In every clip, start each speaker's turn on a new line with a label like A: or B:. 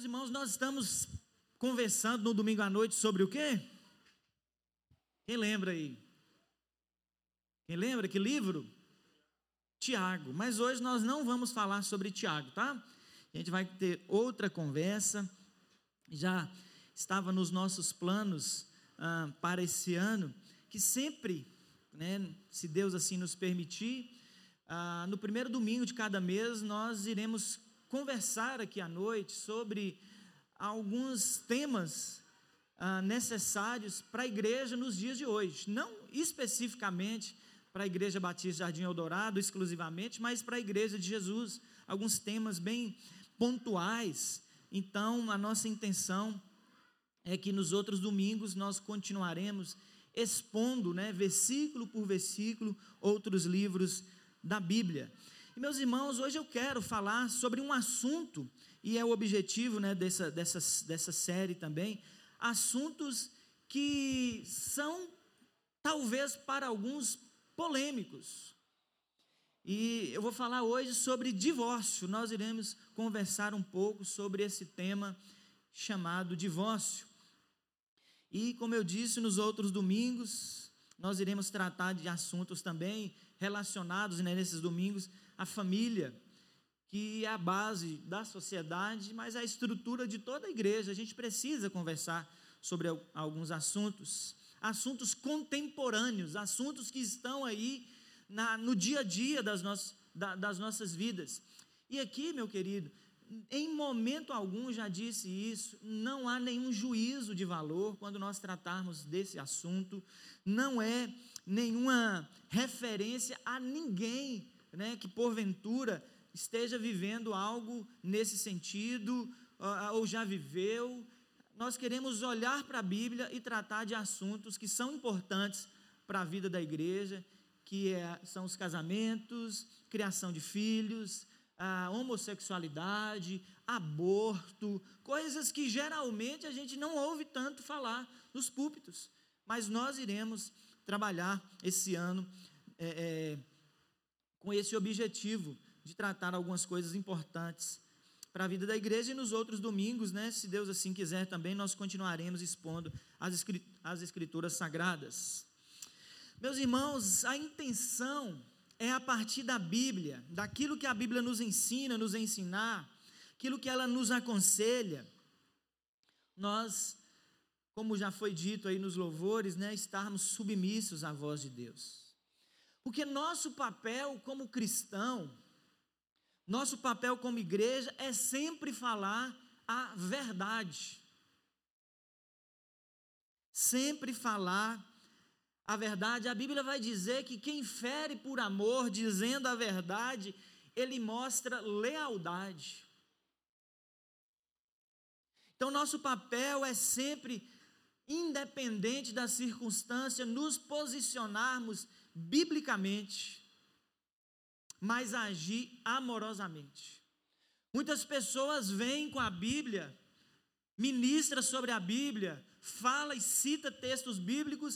A: Meus irmãos, nós estamos conversando no domingo à noite sobre o quê? Quem lembra aí? Quem lembra? Que livro? Tiago. Mas hoje nós não vamos falar sobre Tiago, tá? A gente vai ter outra conversa. Já estava nos nossos planos para esse ano, que sempre, né, se Deus assim nos permitir, no primeiro domingo de cada mês nós iremos conversar aqui à noite sobre alguns temas necessários para a igreja nos dias de hoje, não especificamente para a Igreja Batista Jardim Eldorado exclusivamente, mas para a Igreja de Jesus, alguns temas bem pontuais. Então a nossa intenção é que nos outros domingos nós continuaremos expondo, né, versículo por versículo, outros livros da Bíblia. E meus irmãos, hoje eu quero falar sobre um assunto, e é o objetivo, né, dessa série também, assuntos que são, talvez para alguns, polêmicos. E eu vou falar hoje sobre divórcio. Nós iremos conversar um pouco sobre esse tema chamado divórcio. E como eu disse nos outros domingos, nós iremos tratar de assuntos também relacionados, né, nesses domingos, à família, que é a base da sociedade, mas a estrutura de toda a igreja. A gente precisa conversar sobre alguns assuntos contemporâneos, assuntos que estão aí no dia a dia das nossas vidas. E aqui, meu querido, em momento algum, já disse isso, não há nenhum juízo de valor quando nós tratarmos desse assunto, não é nenhuma referência a ninguém, né, que porventura esteja vivendo algo nesse sentido, ou já viveu. Nós queremos olhar para a Bíblia e tratar de assuntos que são importantes para a vida da igreja, que são os casamentos, criação de filhos, a homossexualidade, aborto, coisas que geralmente a gente não ouve tanto falar nos púlpitos, mas nós iremos trabalhar esse ano com esse objetivo de tratar algumas coisas importantes para a vida da igreja. E nos outros domingos, né, se Deus assim quiser também, nós continuaremos expondo as escrituras sagradas. Meus irmãos, a intenção é a partir da Bíblia, daquilo que a Bíblia nos ensina, nos ensinar, aquilo que ela nos aconselha, nós, como já foi dito aí nos louvores, né, estarmos submissos à voz de Deus. Porque nosso papel como cristão, nosso papel como igreja é sempre falar a verdade. Sempre falar a verdade. A Bíblia vai dizer que quem fere por amor, dizendo a verdade, ele mostra lealdade. Então nosso papel é sempre, independente da circunstância, nos posicionarmos biblicamente, mas agir amorosamente. Muitas pessoas vêm com a Bíblia, ministra sobre a Bíblia, fala e cita textos bíblicos,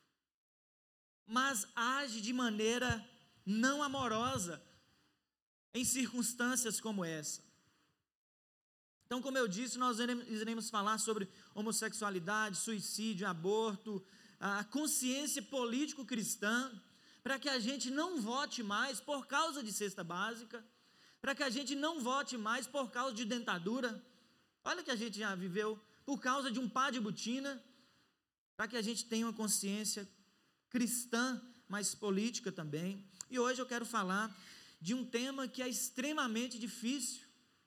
A: mas age de maneira não amorosa em circunstâncias como essa. Então, como eu disse, nós iremos falar sobre homossexualidade, suicídio, aborto, a consciência político-cristã, para que a gente não vote mais por causa de cesta básica, para que a gente não vote mais por causa de dentadura, olha que a gente já viveu, por causa de um pá de botina, para que a gente tenha uma consciência cristã, mas política também. E hoje eu quero falar de um tema que é extremamente difícil,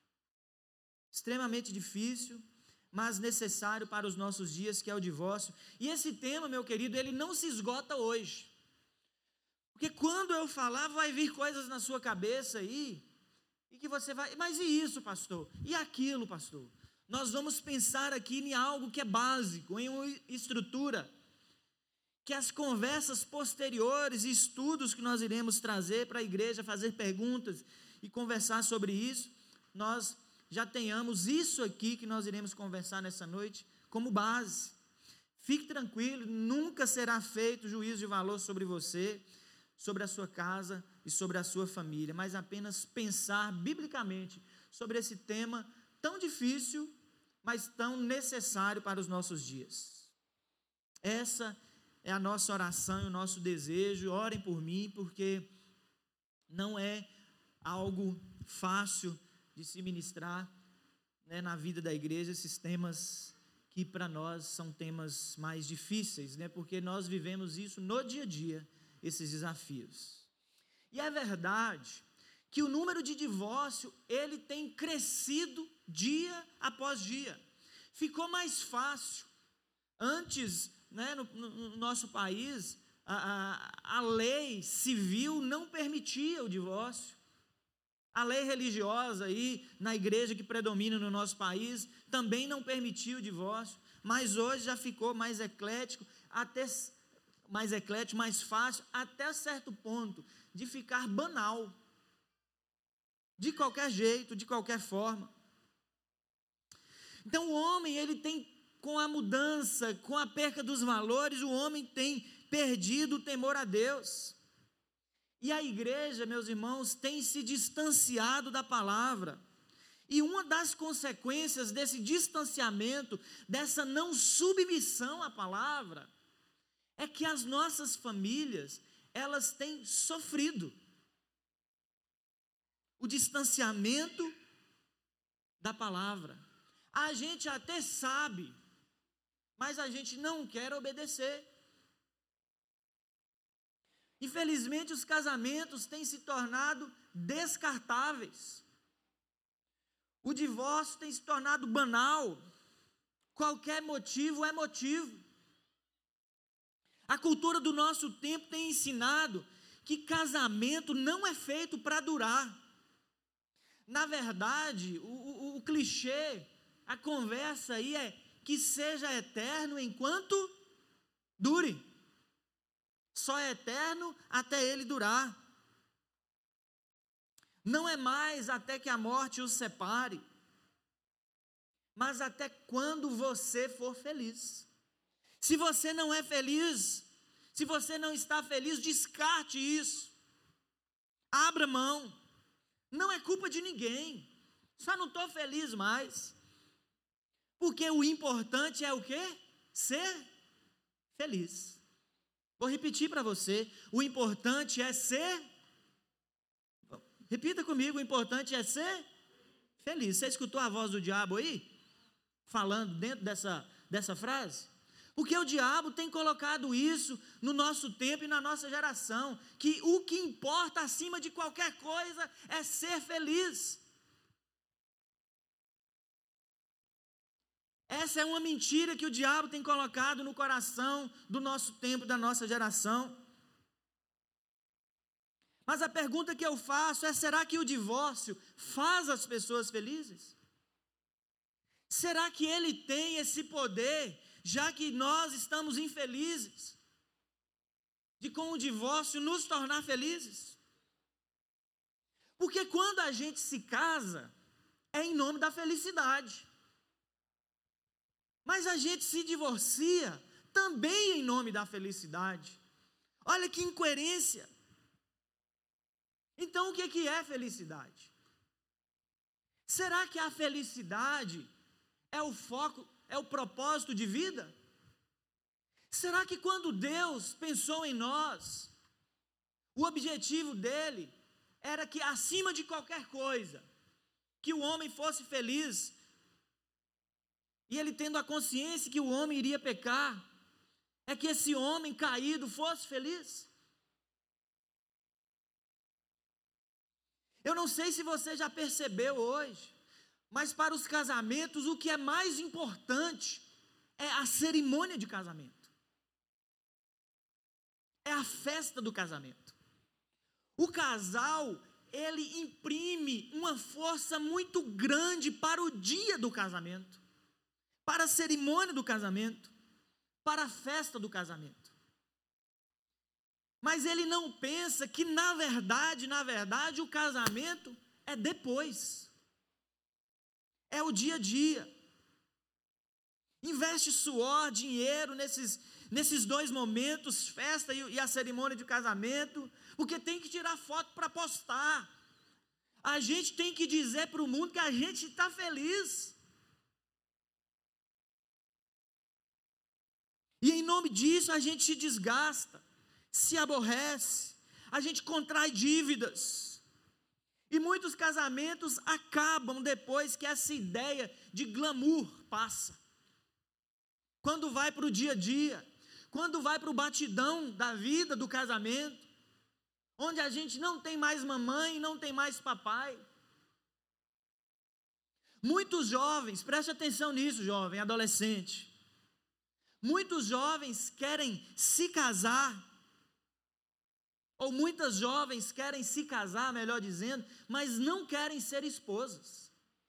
A: mas necessário para os nossos dias, que é o divórcio. E esse tema, meu querido, ele não se esgota hoje. Porque quando eu falar, vai vir coisas na sua cabeça aí, e que você vai, mas e isso, pastor? E aquilo, pastor? Nós vamos pensar aqui em algo que é básico, em uma estrutura, que as conversas posteriores, estudos que nós iremos trazer para a igreja, fazer perguntas e conversar sobre isso, nós já tenhamos isso aqui que nós iremos conversar nessa noite como base. Fique tranquilo, nunca será feito juízo de valor sobre você, sobre a sua casa e sobre a sua família, mas apenas pensar biblicamente sobre esse tema tão difícil, mas tão necessário para os nossos dias. Essa é a nossa oração e o nosso desejo. Orem por mim, porque não é algo fácil de se ministrar, né, na vida da igreja, esses temas que para nós são temas mais difíceis, né, porque nós vivemos isso no dia a dia, esses desafios. E é verdade que o número de divórcio, ele tem crescido dia após dia. Ficou mais fácil. Antes, né, no nosso país, a lei civil não permitia o divórcio. A lei religiosa aí, na igreja que predomina no nosso país, também não permitia o divórcio, mas hoje já ficou mais eclético, mais fácil, até certo ponto, de ficar banal, de qualquer jeito, de qualquer forma. Então o homem, ele tem, com a mudança, com a perca dos valores, o homem tem perdido o temor a Deus. E a igreja, meus irmãos, tem se distanciado da palavra. E uma das consequências desse distanciamento, dessa não submissão à palavra, é que as nossas famílias, elas têm sofrido o distanciamento da palavra. A gente até sabe, mas a gente não quer obedecer. Infelizmente, os casamentos têm se tornado descartáveis. O divórcio tem se tornado banal. Qualquer motivo é motivo. A cultura do nosso tempo tem ensinado que casamento não é feito para durar. Na verdade, o clichê, a conversa aí é que seja eterno enquanto dure. Só é eterno até ele durar. Não é mais até que a morte os separe, mas até quando você for feliz. Se você não é feliz, se você não está feliz, descarte isso. Abra mão. Não é culpa de ninguém. Só não estou feliz mais. Porque o importante é o quê? Ser feliz. Vou repetir para você, o importante é ser, repita comigo, o importante é ser feliz. Você escutou a voz do diabo aí? Falando dentro dessa frase? Porque o diabo tem colocado isso no nosso tempo e na nossa geração, que o que importa acima de qualquer coisa é ser feliz. Essa é uma mentira que o diabo tem colocado no coração do nosso tempo, da nossa geração. Mas a pergunta que eu faço é: será que o divórcio faz as pessoas felizes? Será que ele tem esse poder, já que nós estamos infelizes, de com o divórcio nos tornar felizes? Porque quando a gente se casa, é em nome da felicidade. Mas a gente se divorcia também em nome da felicidade. Olha que incoerência. Então o que é felicidade? Será que a felicidade é o foco, é o propósito de vida? Será que quando Deus pensou em nós, o objetivo dele era que acima de qualquer coisa, que o homem fosse feliz, e ele tendo a consciência que o homem iria pecar, é que esse homem caído fosse feliz? Eu não sei se você já percebeu hoje, mas para os casamentos o que é mais importante é a cerimônia de casamento. É a festa do casamento. O casal, ele imprime uma força muito grande para o dia do casamento, para a cerimônia do casamento, para a festa do casamento. Mas ele não pensa que na verdade o casamento é depois. É o dia a dia. Investe suor, dinheiro nesses dois momentos, festa e a cerimônia de casamento, porque tem que tirar foto para postar. A gente tem que dizer para o mundo que a gente está feliz. E em nome disso a gente se desgasta, se aborrece, a gente contrai dívidas. E muitos casamentos acabam depois que essa ideia de glamour passa. Quando vai para o dia a dia, quando vai para o batidão da vida do casamento, onde a gente não tem mais mamãe, não tem mais papai. Muitos jovens, preste atenção nisso, jovem, adolescente. Muitos jovens querem se casar, ou muitas jovens querem se casar, melhor dizendo, mas não querem ser esposas.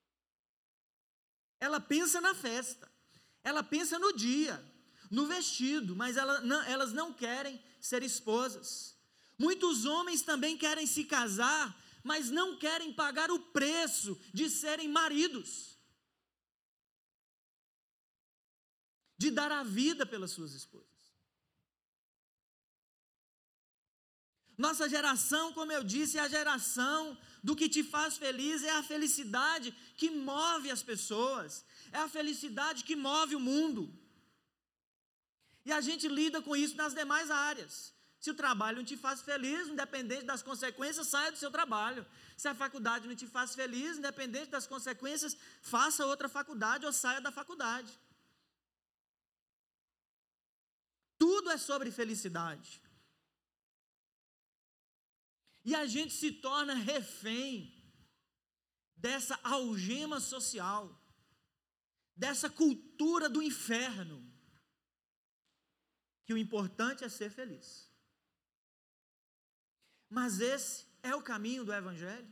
A: Ela pensa na festa, ela pensa no dia, no vestido, mas elas não querem ser esposas. Muitos homens também querem se casar, mas não querem pagar o preço de serem maridos, de dar a vida pelas suas esposas. Nossa geração, como eu disse, é a geração do que te faz feliz, é a felicidade que move as pessoas, é a felicidade que move o mundo. E a gente lida com isso nas demais áreas. Se o trabalho não te faz feliz, independente das consequências, saia do seu trabalho. Se a faculdade não te faz feliz, independente das consequências, faça outra faculdade ou saia da faculdade. Tudo é sobre felicidade. E a gente se torna refém dessa algema social, dessa cultura do inferno, que o importante é ser feliz. Mas esse é o caminho do Evangelho?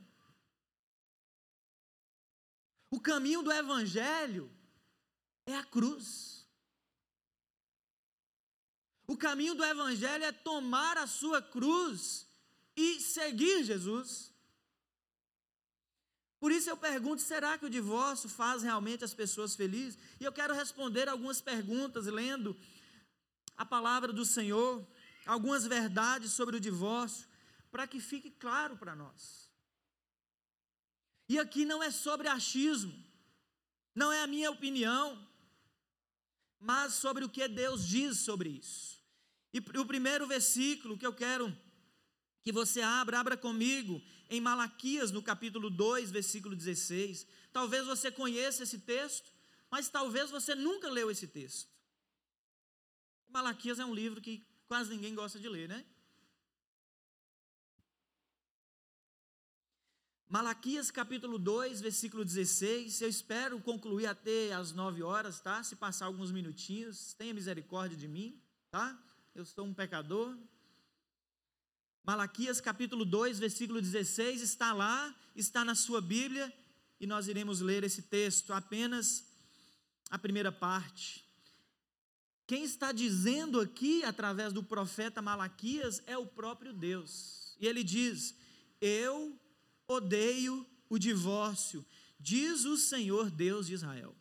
A: O caminho do Evangelho é a cruz. O caminho do Evangelho é tomar a sua cruz e seguir Jesus. Por isso eu pergunto, será que o divórcio faz realmente as pessoas felizes? E eu quero responder algumas perguntas, lendo a palavra do Senhor, algumas verdades sobre o divórcio, para que fique claro para nós. E aqui não é sobre achismo, não é a minha opinião, mas sobre o que Deus diz sobre isso. E o primeiro versículo que eu quero que você abra comigo, em Malaquias, no capítulo 2, versículo 16. Talvez você conheça esse texto, mas talvez você nunca leu esse texto. Malaquias é um livro que quase ninguém gosta de ler, né? Malaquias capítulo 2, versículo 16, eu espero concluir até às 9 horas, tá? Se passar alguns minutinhos, tenha misericórdia de mim, tá? Eu sou um pecador. Malaquias capítulo 2, versículo 16, está lá, está na sua Bíblia, e nós iremos ler esse texto, apenas a primeira parte. Quem está dizendo aqui, através do profeta Malaquias, é o próprio Deus. E ele diz: eu odeio o divórcio, diz o Senhor Deus de Israel.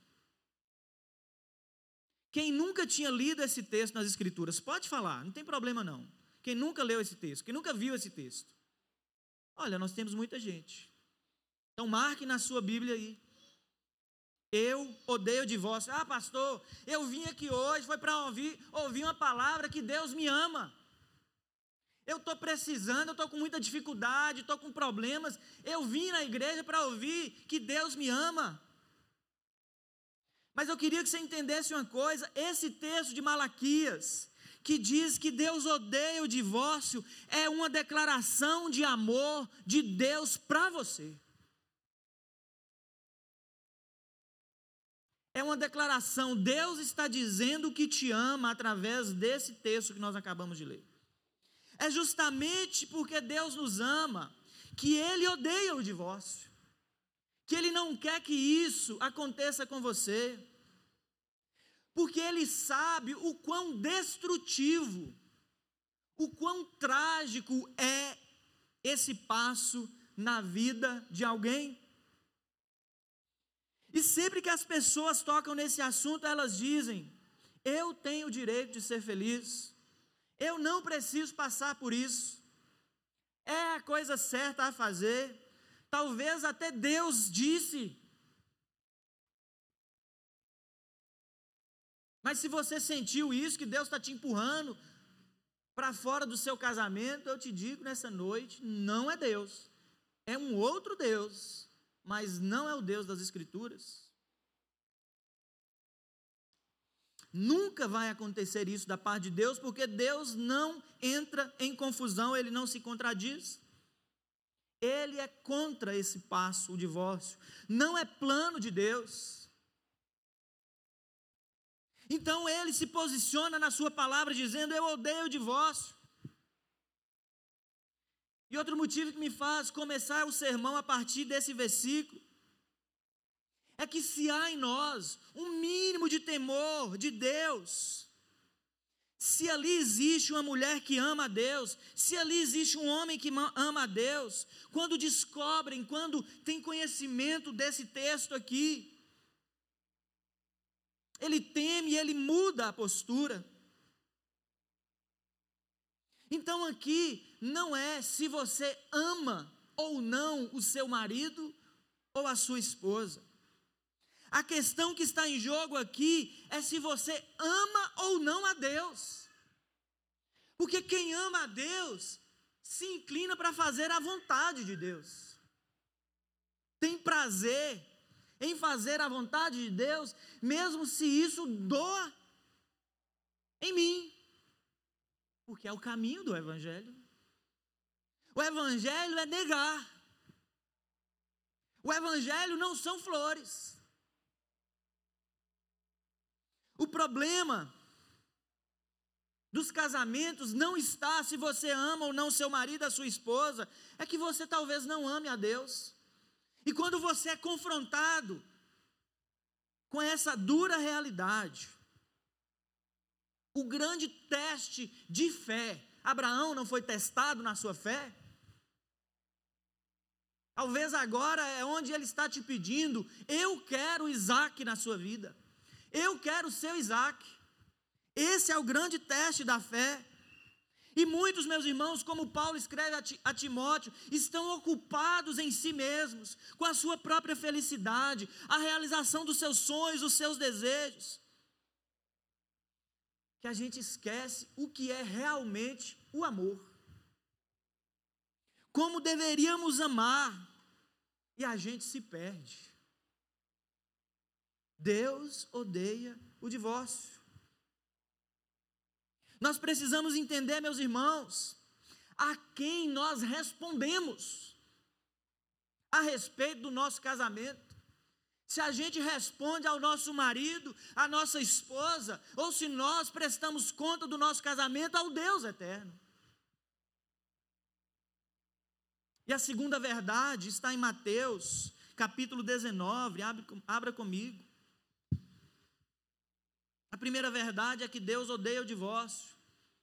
A: Quem nunca tinha lido esse texto nas Escrituras, pode falar, não tem problema não. Quem nunca leu esse texto, quem nunca viu esse texto. Olha, nós temos muita gente. Então marque na sua Bíblia aí. Eu odeio o divórcio. Ah, pastor, eu vim aqui hoje, foi para ouvir uma palavra que Deus me ama. Eu estou precisando, eu estou com muita dificuldade, estou com problemas. Eu vim na igreja para ouvir que Deus me ama. Mas eu queria que você entendesse uma coisa, esse texto de Malaquias, que diz que Deus odeia o divórcio, é uma declaração de amor de Deus para você. É uma declaração, Deus está dizendo que te ama através desse texto que nós acabamos de ler. É justamente porque Deus nos ama, que Ele odeia o divórcio, que Ele não quer que isso aconteça com você, porque Ele sabe o quão destrutivo, o quão trágico é esse passo na vida de alguém. E sempre que as pessoas tocam nesse assunto, elas dizem: eu tenho o direito de ser feliz, eu não preciso passar por isso, é a coisa certa a fazer, talvez até Deus disse. Mas se você sentiu isso, que Deus está te empurrando para fora do seu casamento, eu te digo nessa noite, não é Deus. É um outro Deus, mas não é o Deus das Escrituras. Nunca vai acontecer isso da parte de Deus, porque Deus não entra em confusão, Ele não se contradiz. Ele é contra esse passo, o divórcio. Não é plano de Deus. Então Ele se posiciona na sua palavra dizendo: eu odeio o divórcio. E outro motivo que me faz começar o sermão a partir desse versículo é que se há em nós um mínimo de temor de Deus, se ali existe uma mulher que ama a Deus, se ali existe um homem que ama a Deus, quando descobrem, quando tem conhecimento desse texto aqui, ele teme e ele muda a postura. Então aqui não é se você ama ou não o seu marido ou a sua esposa. A questão que está em jogo aqui é se você ama ou não a Deus. Porque quem ama a Deus se inclina para fazer a vontade de Deus. Tem prazer em fazer a vontade de Deus, mesmo se isso doa em mim. Porque é o caminho do Evangelho. O Evangelho é negar. O Evangelho não são flores. O problema dos casamentos não está se você ama ou não seu marido, a sua esposa, é que você talvez não ame a Deus. E quando você é confrontado com essa dura realidade, o grande teste de fé, Abraão não foi testado na sua fé? Talvez agora é onde ele está te pedindo: eu quero Isaac na sua vida. Eu quero o seu Isaac. Esse é o grande teste da fé. E muitos, meus irmãos, como Paulo escreve a Timóteo, estão ocupados em si mesmos, com a sua própria felicidade, a realização dos seus sonhos, dos seus desejos, que a gente esquece o que é realmente o amor. Como deveríamos amar, e a gente se perde. Deus odeia o divórcio. Nós precisamos entender, meus irmãos, a quem nós respondemos a respeito do nosso casamento. Se a gente responde ao nosso marido, à nossa esposa, ou se nós prestamos conta do nosso casamento ao Deus eterno. E a segunda verdade está em Mateus, capítulo 19, abra comigo. A primeira verdade é que Deus odeia o divórcio.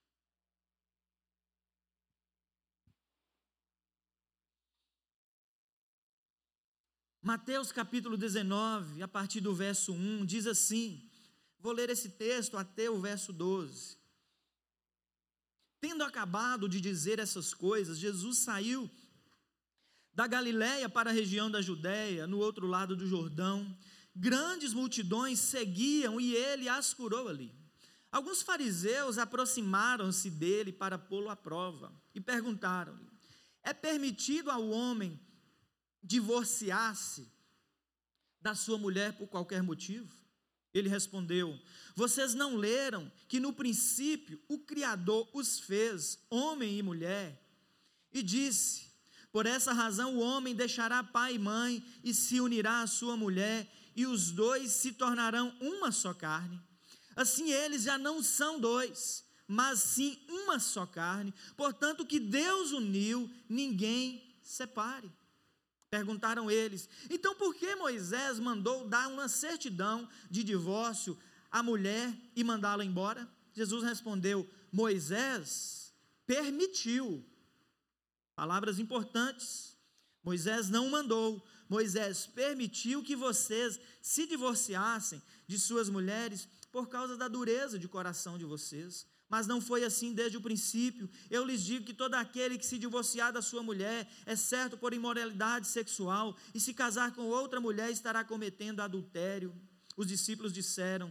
A: Mateus capítulo 19, a partir do verso 1, diz assim, vou ler esse texto até o verso 12. Tendo acabado de dizer essas coisas, Jesus saiu da Galiléia para a região da Judéia, no outro lado do Jordão. Grandes multidões seguiam e ele as curou ali. Alguns fariseus aproximaram-se dele para pô-lo à prova e perguntaram-lhe: é permitido ao homem divorciar-se da sua mulher por qualquer motivo? Ele respondeu: vocês não leram que no princípio o Criador os fez homem e mulher? E disse: por essa razão o homem deixará pai e mãe e se unirá à sua mulher, e os dois se tornarão uma só carne. Assim eles já não são dois, mas sim uma só carne. Portanto, o que Deus uniu, ninguém separe. Perguntaram eles: então por que Moisés mandou dar uma certidão de divórcio à mulher e mandá-la embora? Jesus respondeu: Moisés permitiu. Palavras importantes. Moisés não mandou, Moisés permitiu que vocês se divorciassem de suas mulheres por causa da dureza de coração de vocês. Mas não foi assim desde o princípio. Eu lhes digo que todo aquele que se divorciar da sua mulher, exceto por imoralidade sexual, e se casar com outra mulher, estará cometendo adultério. Os discípulos disseram: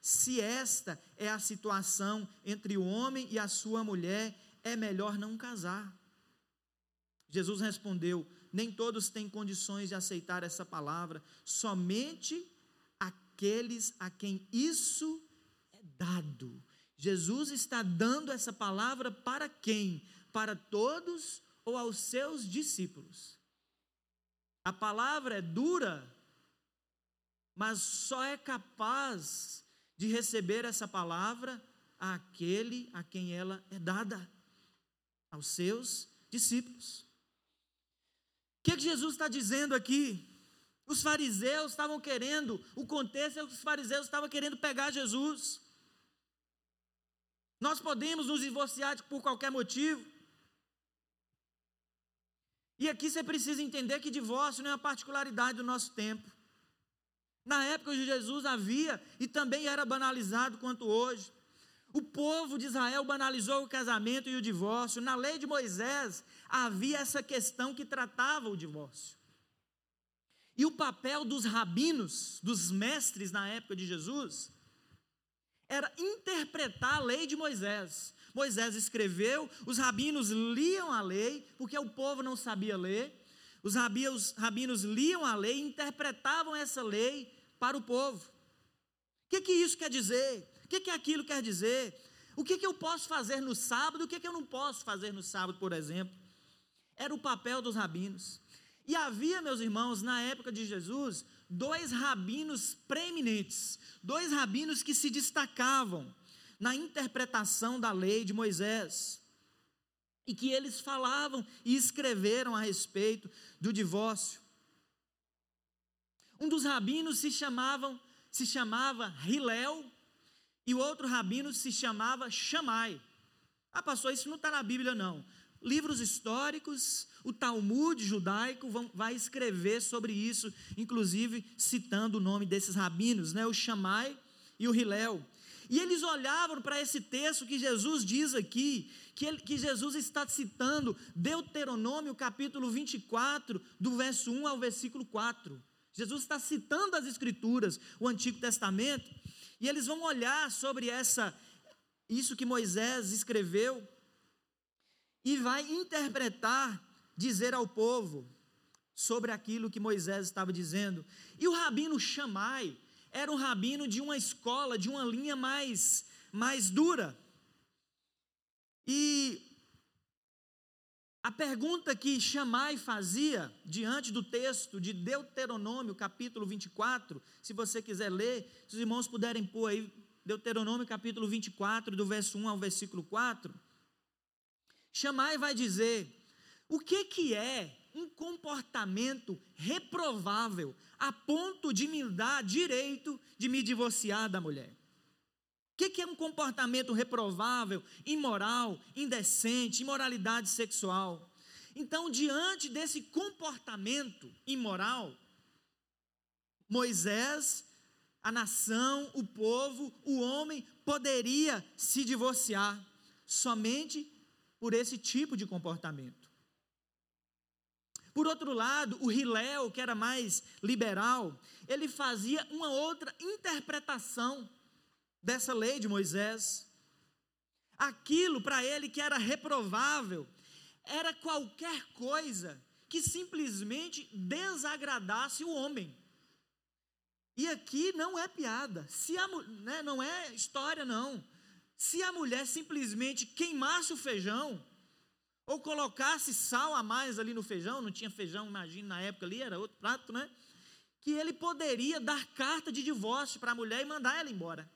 A: se esta é a situação entre o homem e a sua mulher, é melhor não casar. Jesus respondeu: nem todos têm condições de aceitar essa palavra, somente aqueles a quem isso é dado. Jesus está dando essa palavra para quem? Para todos ou aos seus discípulos? A palavra é dura, mas só é capaz de receber essa palavra àquele a quem ela é dada, aos seus discípulos. O que Jesus está dizendo aqui? Os fariseus estavam querendo, o contexto é que os fariseus estavam querendo pegar Jesus. Nós podemos nos divorciar por qualquer motivo. E aqui você precisa entender que divórcio não é uma particularidade do nosso tempo. Na época de Jesus havia, e também era banalizado quanto hoje. O povo de Israel banalizou o casamento e o divórcio. Na lei de Moisés havia essa questão que tratava o divórcio. E o papel dos rabinos, dos mestres na época de Jesus, era interpretar a lei de Moisés. Moisés escreveu, os rabinos liam a lei, porque o povo não sabia ler. Os rabinos liam a lei e interpretavam essa lei para o povo. O que isso quer dizer? O que aquilo quer dizer? O que eu posso fazer no sábado? O que eu não posso fazer no sábado, por exemplo? Era o papel dos rabinos. E havia, meus irmãos, na época de Jesus, 2 rabinos preeminentes, 2 rabinos que se destacavam na interpretação da lei de Moisés, e que eles falavam e escreveram a respeito do divórcio. Um dos rabinos se chamava Hilel, e o outro rabino se chamava Shammai. Pastor, isso não está na Bíblia não. Livros históricos, o Talmud judaico vai escrever sobre isso, inclusive citando o nome desses rabinos, né? O Shammai e o Hilel. E eles olhavam para esse texto que Jesus diz aqui, que Jesus está citando Deuteronômio capítulo 24, do verso 1 ao versículo 4. Jesus está citando as Escrituras, o Antigo Testamento, e eles vão olhar sobre isso que Moisés escreveu, e vai interpretar, dizer ao povo sobre aquilo que Moisés estava dizendo. E o rabino Shammai era um rabino de uma escola, de uma linha mais dura. E a pergunta que Shammai fazia, diante do texto de Deuteronômio, capítulo 24, se você quiser ler, se os irmãos puderem pôr aí, Deuteronômio, capítulo 24, do verso 1 ao versículo 4, Shammai vai dizer, o que é um comportamento reprovável, a ponto de me dar direito de me divorciar da mulher? O que é um comportamento reprovável, imoral, indecente, imoralidade sexual? Então, diante desse comportamento imoral, Moisés, a nação, o povo, o homem poderia se divorciar somente por esse tipo de comportamento. Por outro lado, o Hilel, que era mais liberal, ele fazia uma outra interpretação dessa lei de Moisés. Aquilo para ele que era reprovável, era qualquer coisa que simplesmente desagradasse o homem. E aqui não é piada, não é história não. Se a mulher simplesmente queimasse o feijão, ou colocasse sal a mais ali no feijão, não tinha feijão, imagina, na época ali, era outro prato, né? Que ele poderia dar carta de divórcio para a mulher e mandar ela embora.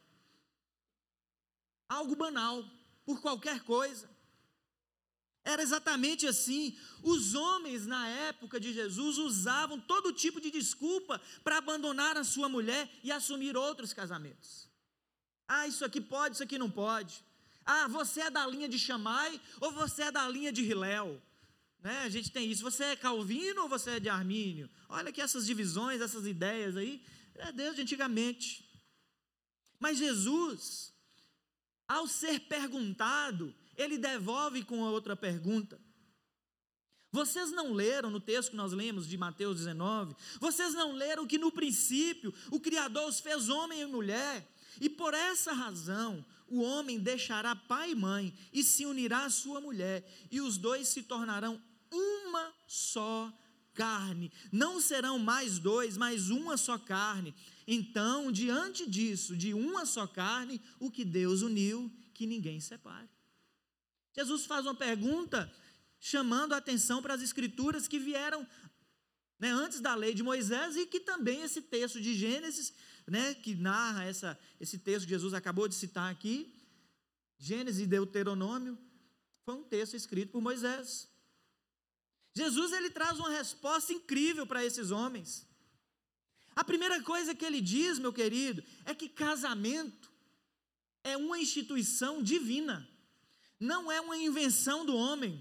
A: Algo banal, por qualquer coisa. Era exatamente assim. Os homens na época de Jesus usavam todo tipo de desculpa para abandonar a sua mulher e assumir outros casamentos. Isso aqui pode, isso aqui não pode. Você é da linha de Shammai ou você é da linha de Hilel? Né? A gente tem isso, você é calvino ou você é de Armínio? Olha que essas divisões, essas ideias aí, é desde antigamente. Mas Jesus, ao ser perguntado, ele devolve com a outra pergunta. Vocês não leram no texto que nós lemos de Mateus 19? Vocês não leram que no princípio o Criador os fez homem e mulher? E por essa razão, o homem deixará pai e mãe e se unirá à sua mulher, e os dois se tornarão uma só carne. Não serão mais dois, mas uma só carne. Então, diante disso, de uma só carne, o que Deus uniu, que ninguém separe. Jesus faz uma pergunta, chamando a atenção para as escrituras que vieram, antes da lei de Moisés, e que também esse texto de Gênesis, que narra esse texto que Jesus acabou de citar aqui, Gênesis e Deuteronômio, foi um texto escrito por Moisés. Jesus, ele traz uma resposta incrível para esses homens. A primeira coisa que ele diz, meu querido, é que casamento é uma instituição divina, não é uma invenção do homem.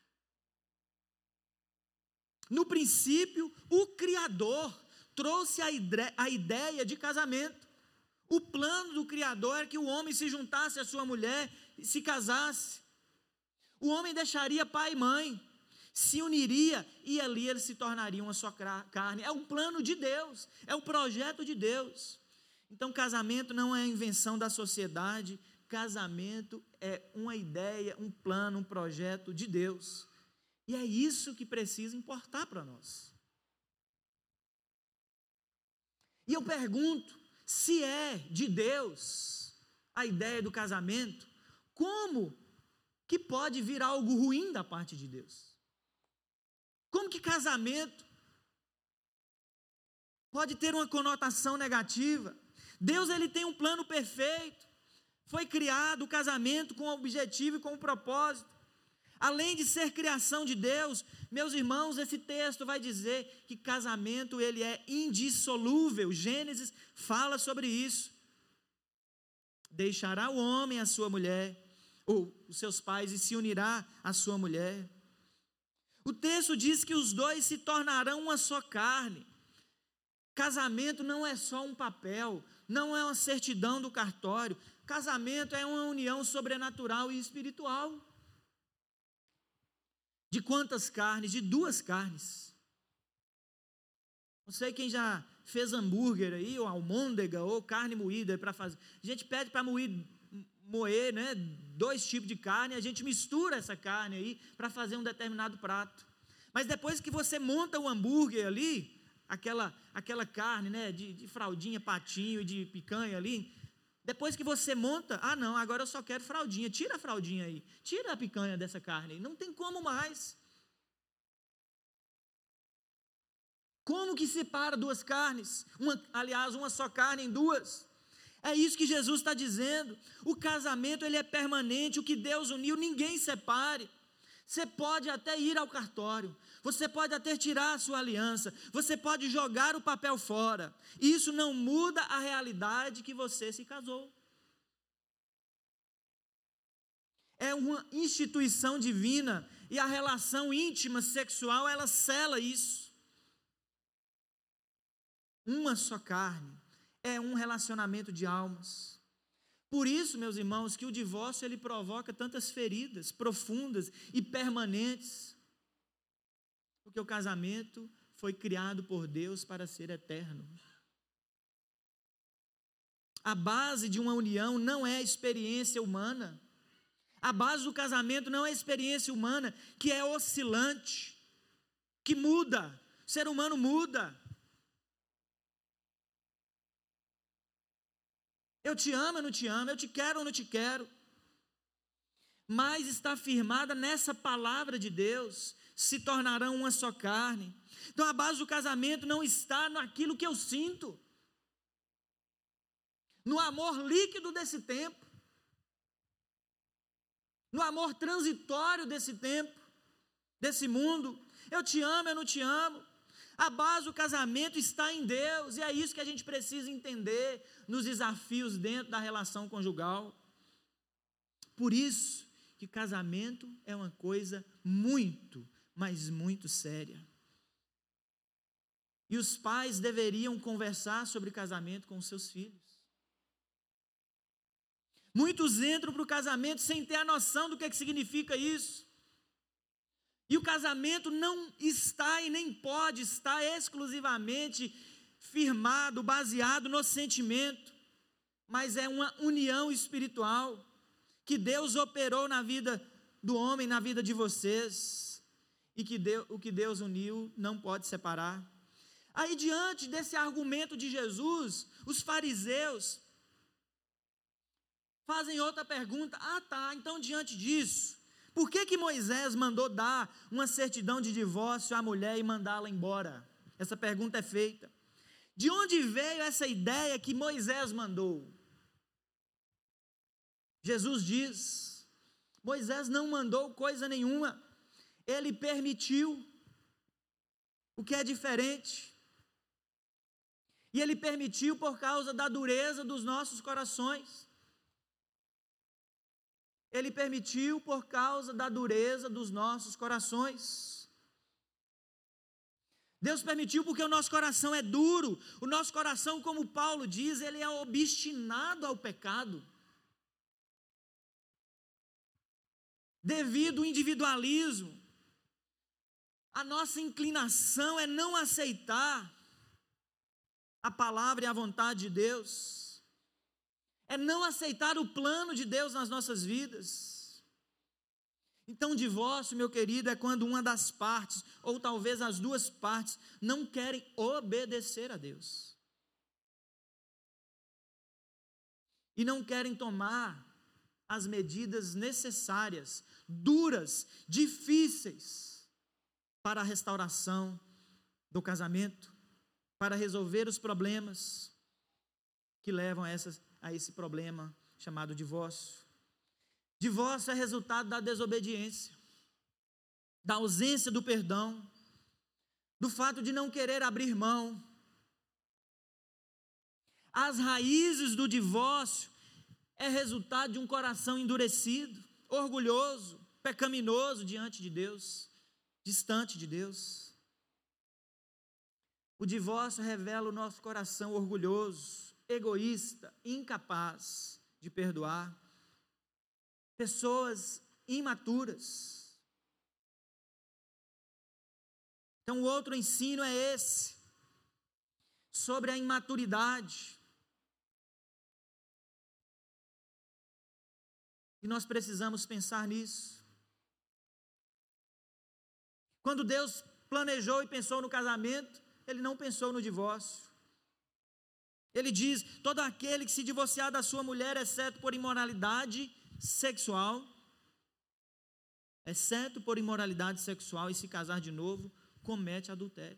A: No princípio, o Criador trouxe a ideia de casamento. O plano do Criador era que o homem se juntasse à sua mulher e se casasse. O homem deixaria pai e mãe, se uniria e ali eles se tornariam uma só carne. É um plano de Deus, é um projeto de Deus. Então, casamento não é a invenção da sociedade, casamento é uma ideia, um plano, um projeto de Deus. E é isso que precisa importar para nós. E eu pergunto, se é de Deus a ideia do casamento, como que pode vir algo ruim da parte de Deus? Como que casamento pode ter uma conotação negativa? Deus, ele tem um plano perfeito. Foi criado o casamento com um objetivo e com um propósito. Além de ser criação de Deus, meus irmãos, esse texto vai dizer que casamento ele é indissolúvel. Gênesis fala sobre isso. Deixará o homem a sua mulher, ou os seus pais, e se unirá à sua mulher. O texto diz que os dois se tornarão uma só carne. Casamento não é só um papel, não é uma certidão do cartório. Casamento é uma união sobrenatural e espiritual. De quantas carnes? De duas carnes. Não sei quem já fez hambúrguer aí, ou almôndega, ou carne moída para fazer. A gente pede para moer, 2 tipos de carne, a gente mistura essa carne aí para fazer um determinado prato. Mas depois que você monta o hambúrguer ali, aquela carne, de fraldinha, patinho e de picanha ali, depois que você monta, não, agora eu só quero fraldinha, tira a fraldinha aí, tira a picanha dessa carne aí, não tem como mais. Como que separa duas carnes? Uma só carne em duas. É isso que Jesus está dizendo. O casamento ele é permanente, o que Deus uniu, ninguém separe. Você pode até ir ao cartório, você pode até tirar a sua aliança, você pode jogar o papel fora. Isso não muda a realidade que você se casou. É uma instituição divina e a relação íntima sexual, ela sela isso. Uma só carne, é um relacionamento de almas. Por isso, meus irmãos, que o divórcio ele provoca tantas feridas profundas e permanentes. Porque o casamento foi criado por Deus para ser eterno. A base de uma união não é a experiência humana. A base do casamento não é a experiência humana, que é oscilante, que muda. O ser humano muda. Eu te amo, eu não te amo, eu te quero ou não te quero. Mas está firmada nessa palavra de Deus, se tornarão uma só carne. Então a base do casamento não está naquilo que eu sinto, no amor líquido desse tempo, no amor transitório desse tempo, desse mundo. Eu te amo, eu não te amo. A base do casamento está em Deus, e é isso que a gente precisa entender nos desafios dentro da relação conjugal. Por isso que casamento é uma coisa muito, mas muito séria. E os pais deveriam conversar sobre casamento com os seus filhos. Muitos entram para o casamento sem ter a noção do que significa isso. E o casamento não está e nem pode estar exclusivamente firmado, baseado no sentimento, mas é uma união espiritual que Deus operou na vida do homem, na vida de vocês, e que o que Deus uniu não pode separar. Aí, diante desse argumento de Jesus, os fariseus fazem outra pergunta. Então diante disso, por que Moisés mandou dar uma certidão de divórcio à mulher e mandá-la embora? Essa pergunta é feita. De onde veio essa ideia que Moisés mandou? Jesus diz: Moisés não mandou coisa nenhuma, ele permitiu, o que é diferente. E ele permitiu por causa da dureza dos nossos corações. Ele permitiu por causa da dureza dos nossos corações. Deus permitiu porque o nosso coração é duro. O nosso coração, como Paulo diz, ele é obstinado ao pecado. Devido ao individualismo, a nossa inclinação é não aceitar a palavra e a vontade de Deus, é não aceitar o plano de Deus nas nossas vidas. Então, divórcio, meu querido, é quando uma das partes, ou talvez as duas partes, não querem obedecer a Deus, e não querem tomar as medidas necessárias, duras, difíceis, para a restauração do casamento, para resolver os problemas que levam a esse problema chamado divórcio. Divórcio é resultado da desobediência, da ausência do perdão, do fato de não querer abrir mão. As raízes do divórcio é resultado de um coração endurecido, orgulhoso, pecaminoso diante de Deus, distante de Deus. O divórcio revela o nosso coração orgulhoso, egoísta, incapaz de perdoar. Pessoas imaturas. Então, o outro ensino é esse, sobre a imaturidade. E nós precisamos pensar nisso. Quando Deus planejou e pensou no casamento, Ele não pensou no divórcio. Ele diz: todo aquele que se divorciar da sua mulher, exceto por imoralidade sexual, e se casar de novo, comete adultério.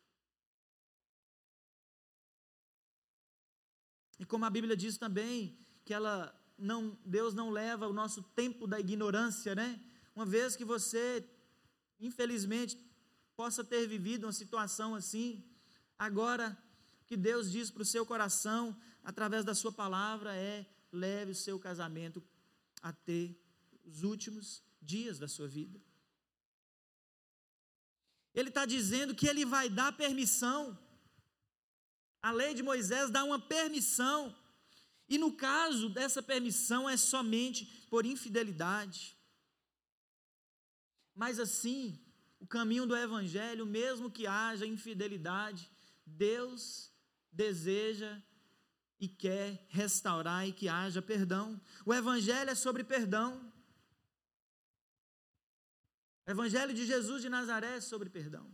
A: E como a Bíblia diz também, que Deus não leva o nosso tempo da ignorância, né? Uma vez que você, infelizmente, possa ter vivido uma situação assim, agora o que Deus diz para o seu coração, através da sua palavra, é: leve o seu casamento a ter os últimos dias da sua vida. Ele está dizendo que Ele vai dar permissão. A lei de Moisés dá uma permissão, e no caso dessa permissão é somente por infidelidade. Mas assim, o caminho do Evangelho, mesmo que haja infidelidade, Deus deseja e quer restaurar e que haja perdão. O Evangelho é sobre perdão. O Evangelho de Jesus de Nazaré é sobre perdão.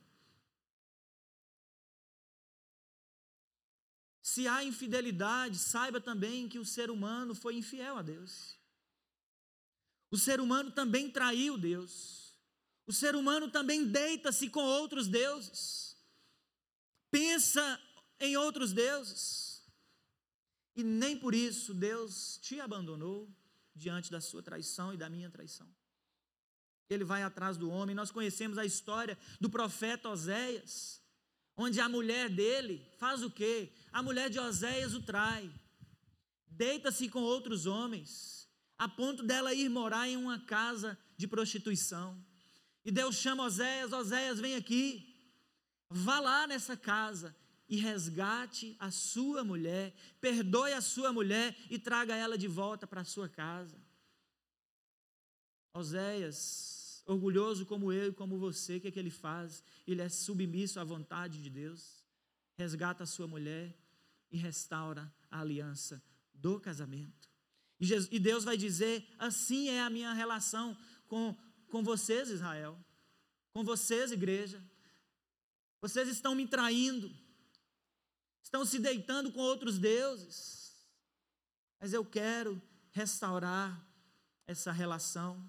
A: Se há infidelidade, saiba também que o ser humano foi infiel a Deus. O ser humano também traiu Deus. O ser humano também deita-se com outros deuses. Pensa em outros deuses. E nem por isso Deus te abandonou diante da sua traição e da minha traição. Ele vai atrás do homem. Nós conhecemos a história do profeta Oséias, onde a mulher dele faz o quê? A mulher de Oséias o trai, deita-se com outros homens, a ponto dela ir morar em uma casa de prostituição. E Deus chama Oséias: Oséias, vem aqui, vá lá nessa casa e resgate a sua mulher, perdoe a sua mulher e traga ela de volta para a sua casa. Oséias, orgulhoso como eu e como você, o que é que ele faz? Ele é submisso à vontade de Deus, resgata a sua mulher e restaura a aliança do casamento. E Deus vai dizer: assim é a minha relação com vocês, Israel, com vocês, igreja. Vocês estão me traindo, estão se deitando com outros deuses, mas eu quero restaurar essa relação.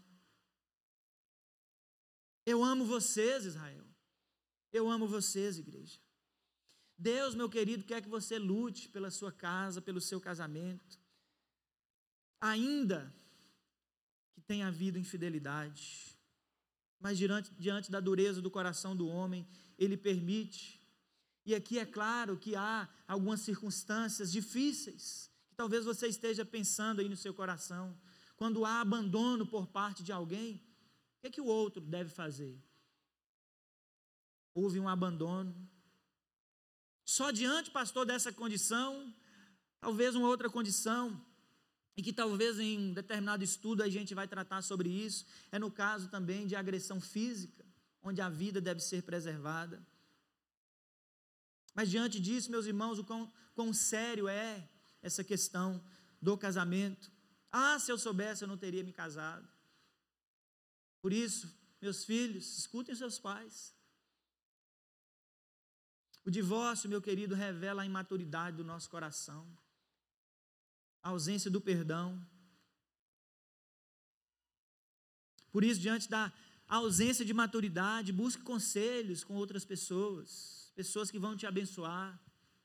A: Eu amo vocês, Israel. Eu amo vocês, igreja. Deus, meu querido, quer que você lute pela sua casa, pelo seu casamento, ainda que tenha havido infidelidade, mas diante da dureza do coração do homem, Ele permite. E aqui é claro que há algumas circunstâncias difíceis, que talvez você esteja pensando aí no seu coração. Quando há abandono por parte de alguém, o que o outro deve fazer? Houve um abandono. Só diante, pastor, dessa condição, talvez uma outra condição, e que talvez em determinado estudo a gente vai tratar sobre isso, é no caso também de agressão física, onde a vida deve ser preservada. Mas diante disso, meus irmãos, o quão sério é essa questão do casamento. Se eu soubesse, eu não teria me casado. Por isso, meus filhos, escutem seus pais. O divórcio, meu querido, revela a imaturidade do nosso coração, a ausência do perdão. Por isso, diante da ausência de maturidade, busque conselhos com outras pessoas, pessoas que vão te abençoar,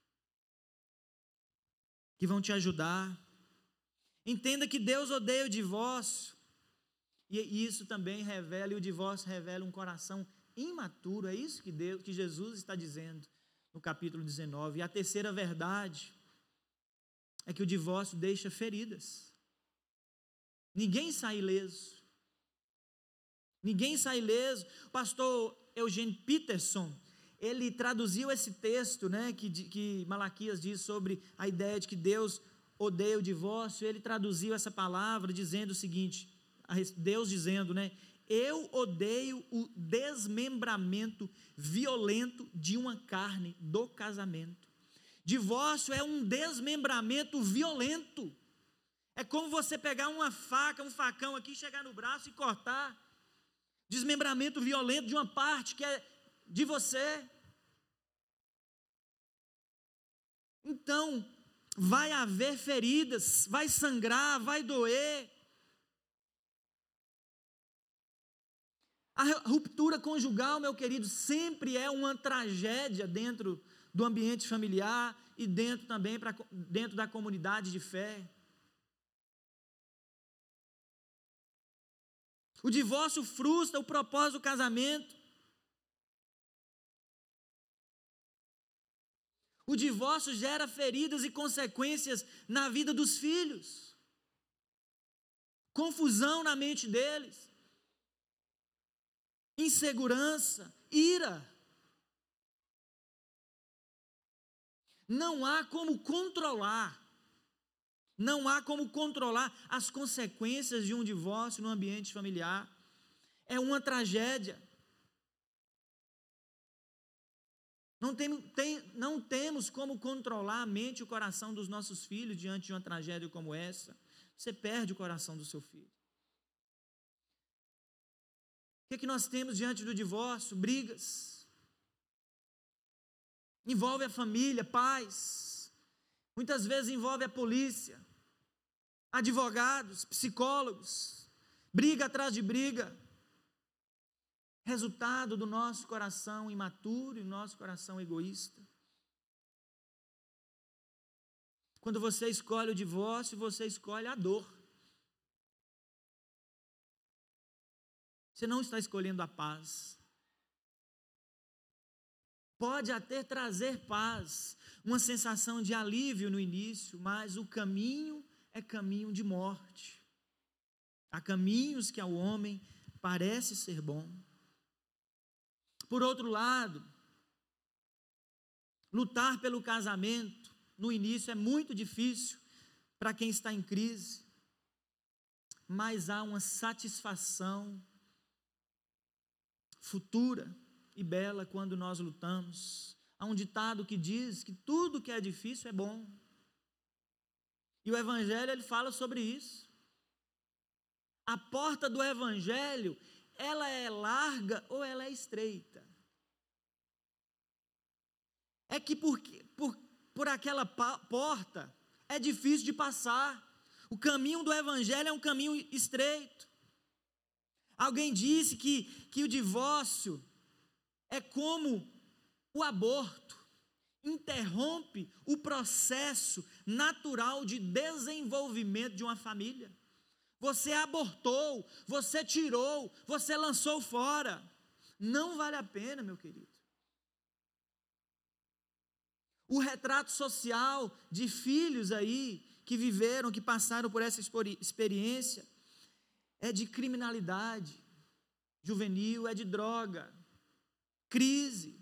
A: que vão te ajudar. Entenda que Deus odeia o divórcio, e isso também revela, e o divórcio revela um coração imaturo. É isso que Jesus está dizendo no capítulo 19. E a terceira verdade é que o divórcio deixa feridas. Ninguém sai ileso. Ninguém sai ileso. O pastor Eugene Peterson, ele traduziu esse texto, né, que Malaquias diz sobre a ideia de que Deus odeia o divórcio. Ele traduziu essa palavra dizendo o seguinte, Deus dizendo, né, eu odeio o desmembramento violento de uma carne do casamento. Divórcio é um desmembramento violento. É como você pegar uma faca, um facão aqui, chegar no braço e cortar. Desmembramento violento de uma parte que é de você. Então, vai haver feridas, vai sangrar, vai doer. A ruptura conjugal, meu querido, sempre é uma tragédia dentro do ambiente familiar e dentro da comunidade de fé. O divórcio frustra o propósito do casamento. O divórcio gera feridas e consequências na vida dos filhos. Confusão na mente deles. Insegurança, ira. Não há como controlar as consequências de um divórcio no ambiente familiar. É uma tragédia. Não temos como controlar a mente e o coração dos nossos filhos diante de uma tragédia como essa. Você perde o coração do seu filho. O que nós temos diante do divórcio? Brigas. Envolve a família, pais. Muitas vezes envolve a polícia, advogados, psicólogos. Briga atrás de briga. Resultado do nosso coração imaturo e nosso coração egoísta. Quando você escolhe o divórcio, você escolhe a dor. Você não está escolhendo a paz. Pode até trazer paz, uma sensação de alívio no início, mas o caminho é caminho de morte. Há caminhos que ao homem parece ser bom. Por outro lado, lutar pelo casamento no início é muito difícil para quem está em crise, mas há uma satisfação futura e bela quando nós lutamos. Há um ditado que diz que tudo que é difícil é bom. E o Evangelho, ele fala sobre isso. A porta do Evangelho, ela é larga ou ela é estreita? É que por aquela porta é difícil de passar. O caminho do Evangelho é um caminho estreito. Alguém disse que o divórcio é como o aborto, interrompe o processo natural de desenvolvimento de uma família. Você abortou, você tirou, você lançou fora. Não vale a pena, meu querido. O retrato social de filhos aí que viveram, que passaram por essa experiência, é de criminalidade juvenil, é de droga, crise,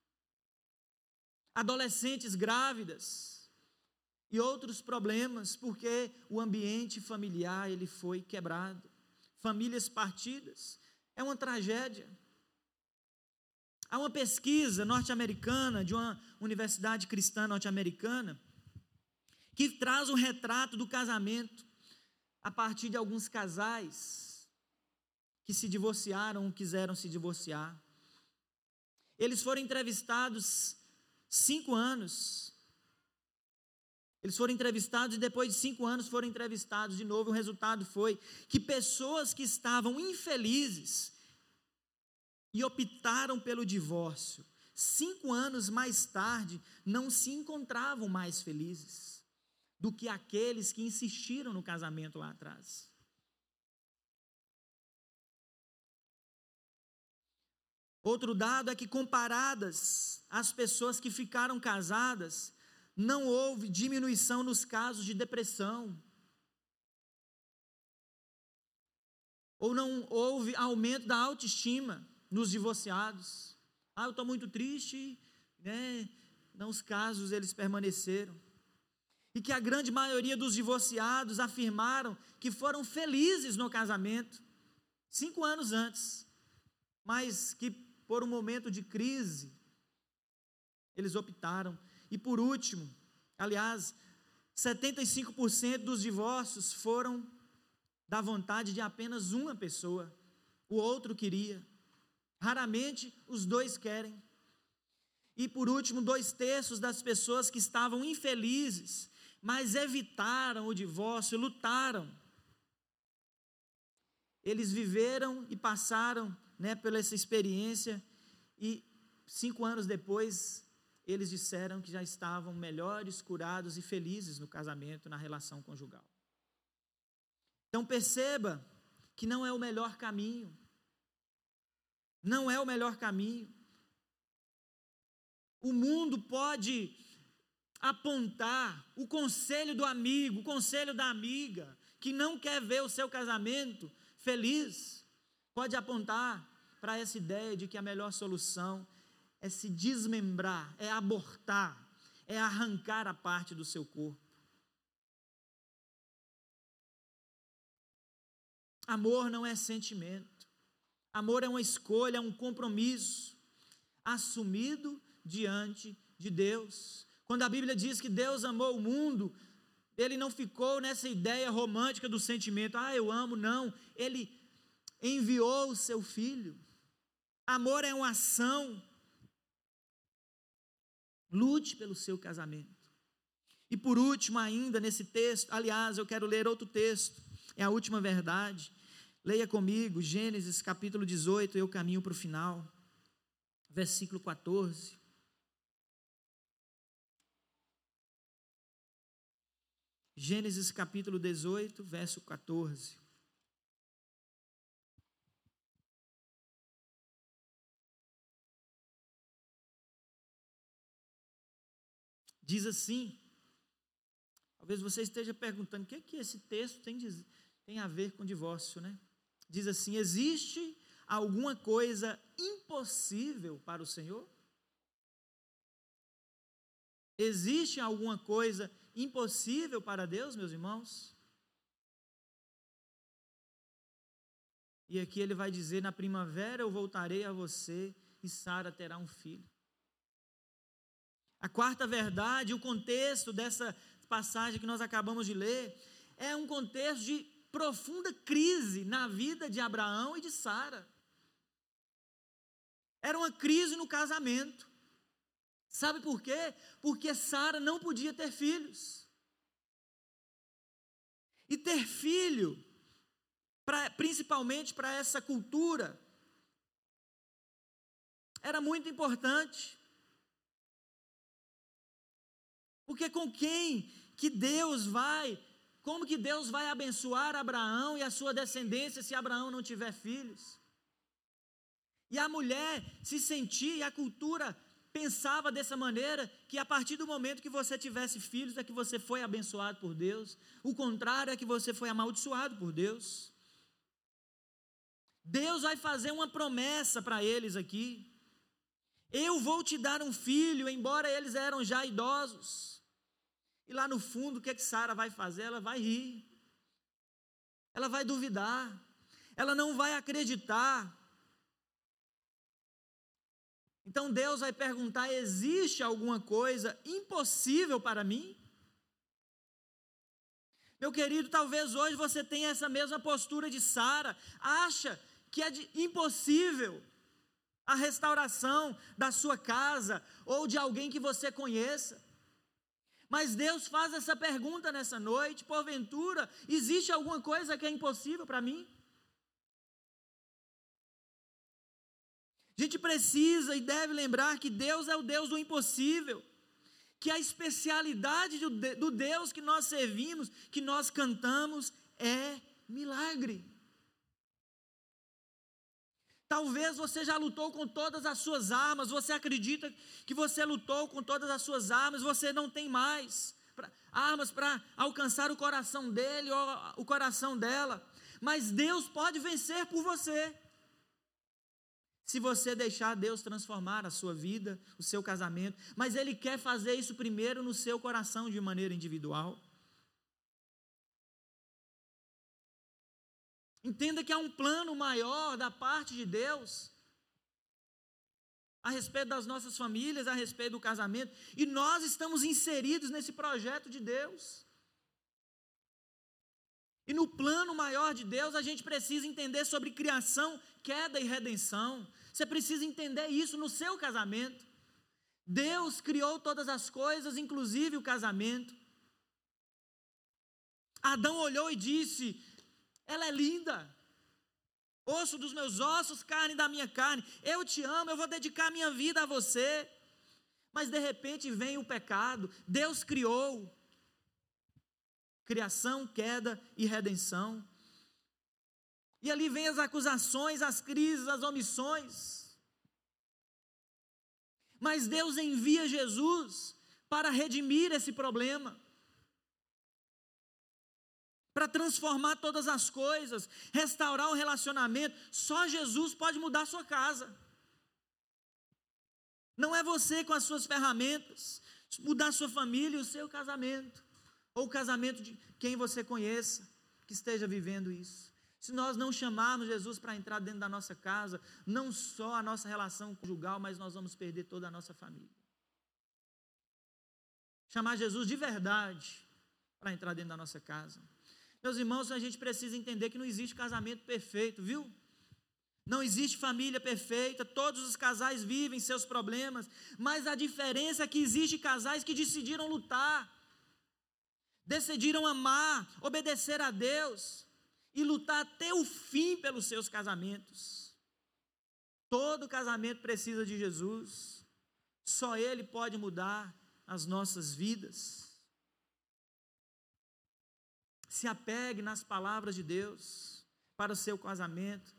A: adolescentes grávidas e outros problemas, porque o ambiente familiar ele foi quebrado, famílias partidas, é uma tragédia. Há uma pesquisa norte-americana, de uma universidade cristã norte-americana, que traz um retrato do casamento a partir de alguns casais que se divorciaram ou quiseram se divorciar. Eles foram entrevistados 5 anos. Eles foram entrevistados e depois de 5 anos foram entrevistados de novo. O resultado foi que pessoas que estavam infelizes e optaram pelo divórcio, 5 anos mais tarde, não se encontravam mais felizes do que aqueles que insistiram no casamento lá atrás. Outro dado é que, comparadas às pessoas que ficaram casadas, não houve diminuição nos casos de depressão, ou não houve aumento da autoestima nos divorciados. Eu estou muito triste, né? Não, os casos eles permaneceram. E que a grande maioria dos divorciados afirmaram que foram felizes no casamento, 5 anos antes, mas que por um momento de crise, eles optaram. E por último, aliás, 75% dos divórcios foram da vontade de apenas uma pessoa, o outro queria. Raramente os dois querem. E por último, 2/3 das pessoas que estavam infelizes, mas evitaram o divórcio, lutaram. Eles viveram e passaram, por essa experiência, e 5 anos depois, eles disseram que já estavam melhores, curados e felizes no casamento, na relação conjugal. Então perceba que não é o melhor caminho. Não é o melhor caminho. O mundo pode apontar o conselho do amigo, o conselho da amiga, que não quer ver o seu casamento feliz, pode apontar para essa ideia de que a melhor solução é se desmembrar, é abortar, é arrancar a parte do seu corpo. Amor não é sentimento. Amor é uma escolha, é um compromisso assumido diante de Deus. Quando a Bíblia diz que Deus amou o mundo, Ele não ficou nessa ideia romântica do sentimento, eu amo, não. Ele enviou o seu Filho. Amor é uma ação. Lute pelo seu casamento. E por último ainda nesse texto, aliás, eu quero ler outro texto, é a última verdade. Leia comigo, Gênesis capítulo 18, eu caminho para o final, versículo 14. Gênesis capítulo 18, verso 14. Diz assim, talvez você esteja perguntando, o que esse texto tem a ver com divórcio, né? Diz assim, existe alguma coisa impossível para o Senhor? Existe alguma coisa impossível para Deus, meus irmãos? E aqui ele vai dizer, na primavera eu voltarei a você e Sara terá um filho. A quarta verdade, o contexto dessa passagem que nós acabamos de ler, é um contexto de profunda crise na vida de Abraão e de Sara. Era uma crise no casamento. Sabe por quê? Porque Sara não podia ter filhos. E ter filho, principalmente para essa cultura, era muito importante. Porque como que Deus vai abençoar Abraão e a sua descendência se Abraão não tiver filhos? E a mulher se sentia, e a cultura pensava dessa maneira, que a partir do momento que você tivesse filhos é que você foi abençoado por Deus, o contrário é que você foi amaldiçoado por Deus. Deus vai fazer uma promessa para eles aqui: eu vou te dar um filho, embora eles eram já idosos. E lá no fundo, o que Sara vai fazer? Ela vai rir, ela vai duvidar, ela não vai acreditar. Então Deus vai perguntar: existe alguma coisa impossível para mim? Meu querido, talvez hoje você tenha essa mesma postura de Sara, acha que é impossível a restauração da sua casa ou de alguém que você conheça. Mas Deus faz essa pergunta nessa noite: porventura, existe alguma coisa que é impossível para mim? A gente precisa e deve lembrar que Deus é o Deus do impossível, que a especialidade do Deus que nós servimos, que nós cantamos, é milagre. Talvez você já lutou com todas as suas armas, você acredita que você lutou com todas as suas armas, você não tem mais armas para alcançar o coração dele ou o coração dela, mas Deus pode vencer por você. Se você deixar Deus transformar a sua vida, o seu casamento, mas Ele quer fazer isso primeiro no seu coração de maneira individual. Entenda que há um plano maior da parte de Deus a respeito das nossas famílias, a respeito do casamento, e nós estamos inseridos nesse projeto de Deus. E no plano maior de Deus, a gente precisa entender sobre criação, queda e redenção. Você precisa entender isso no seu casamento. Deus criou todas as coisas, inclusive o casamento. Adão olhou e disse: ela é linda, osso dos meus ossos, carne da minha carne, eu te amo, eu vou dedicar minha vida a você. Mas de repente vem o pecado. Deus criou criação, queda e redenção. E ali vem as acusações, as crises, as omissões. Mas Deus envia Jesus para redimir esse problema, para transformar todas as coisas, restaurar o relacionamento. Só Jesus pode mudar a sua casa. Não é você com as suas ferramentas mudar a sua família e o seu casamento, ou o casamento de quem você conheça que esteja vivendo isso. Se nós não chamarmos Jesus para entrar dentro da nossa casa, não só a nossa relação conjugal, mas nós vamos perder toda a nossa família. Chamar Jesus de verdade para entrar dentro da nossa casa. Meus irmãos, a gente precisa entender que não existe casamento perfeito, viu? Não existe família perfeita, todos os casais vivem seus problemas, mas a diferença é que existe casais que decidiram lutar, decidiram amar, obedecer a Deus e lutar até o fim pelos seus casamentos. Todo casamento precisa de Jesus, só Ele pode mudar as nossas vidas. Se apegue nas palavras de Deus para o seu casamento.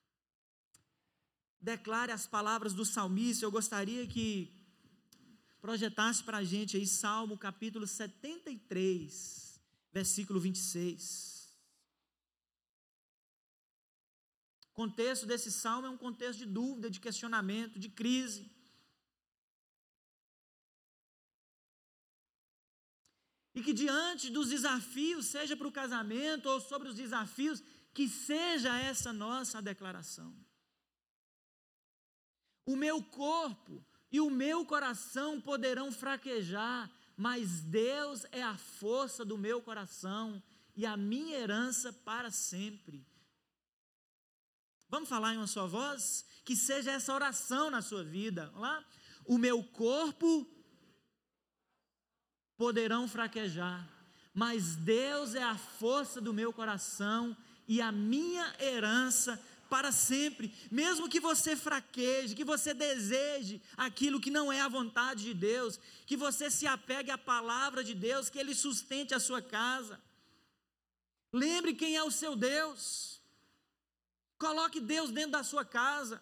A: Declare as palavras do salmista. Eu gostaria que projetasse para a gente aí Salmo capítulo 73, versículo 26. O contexto desse salmo é um contexto de dúvida, de questionamento, de crise. E que diante dos desafios, seja para o casamento ou sobre os desafios, que seja essa nossa declaração. O meu corpo e o meu coração poderão fraquejar, mas Deus é a força do meu coração e a minha herança para sempre. Vamos falar em uma só voz? Que seja essa oração na sua vida. Vamos lá? O meu corpo poderão fraquejar, mas Deus é a força do meu coração e a minha herança para sempre. Mesmo que você fraqueje, que você deseje aquilo que não é a vontade de Deus, que você se apegue à palavra de Deus, que Ele sustente a sua casa. Lembre quem é o seu Deus. Coloque Deus dentro da sua casa.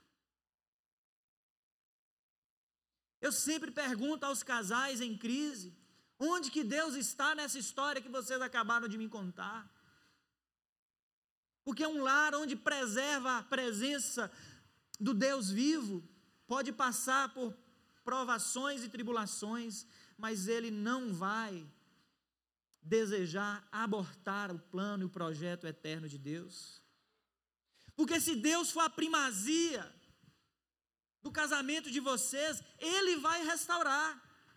A: Eu sempre pergunto aos casais em crise, onde que Deus está nessa história que vocês acabaram de me contar? Porque um lar onde preserva a presença do Deus vivo, pode passar por provações e tribulações, mas ele não vai desejar abortar o plano e o projeto eterno de Deus. Porque se Deus for a primazia do casamento de vocês, Ele vai restaurar.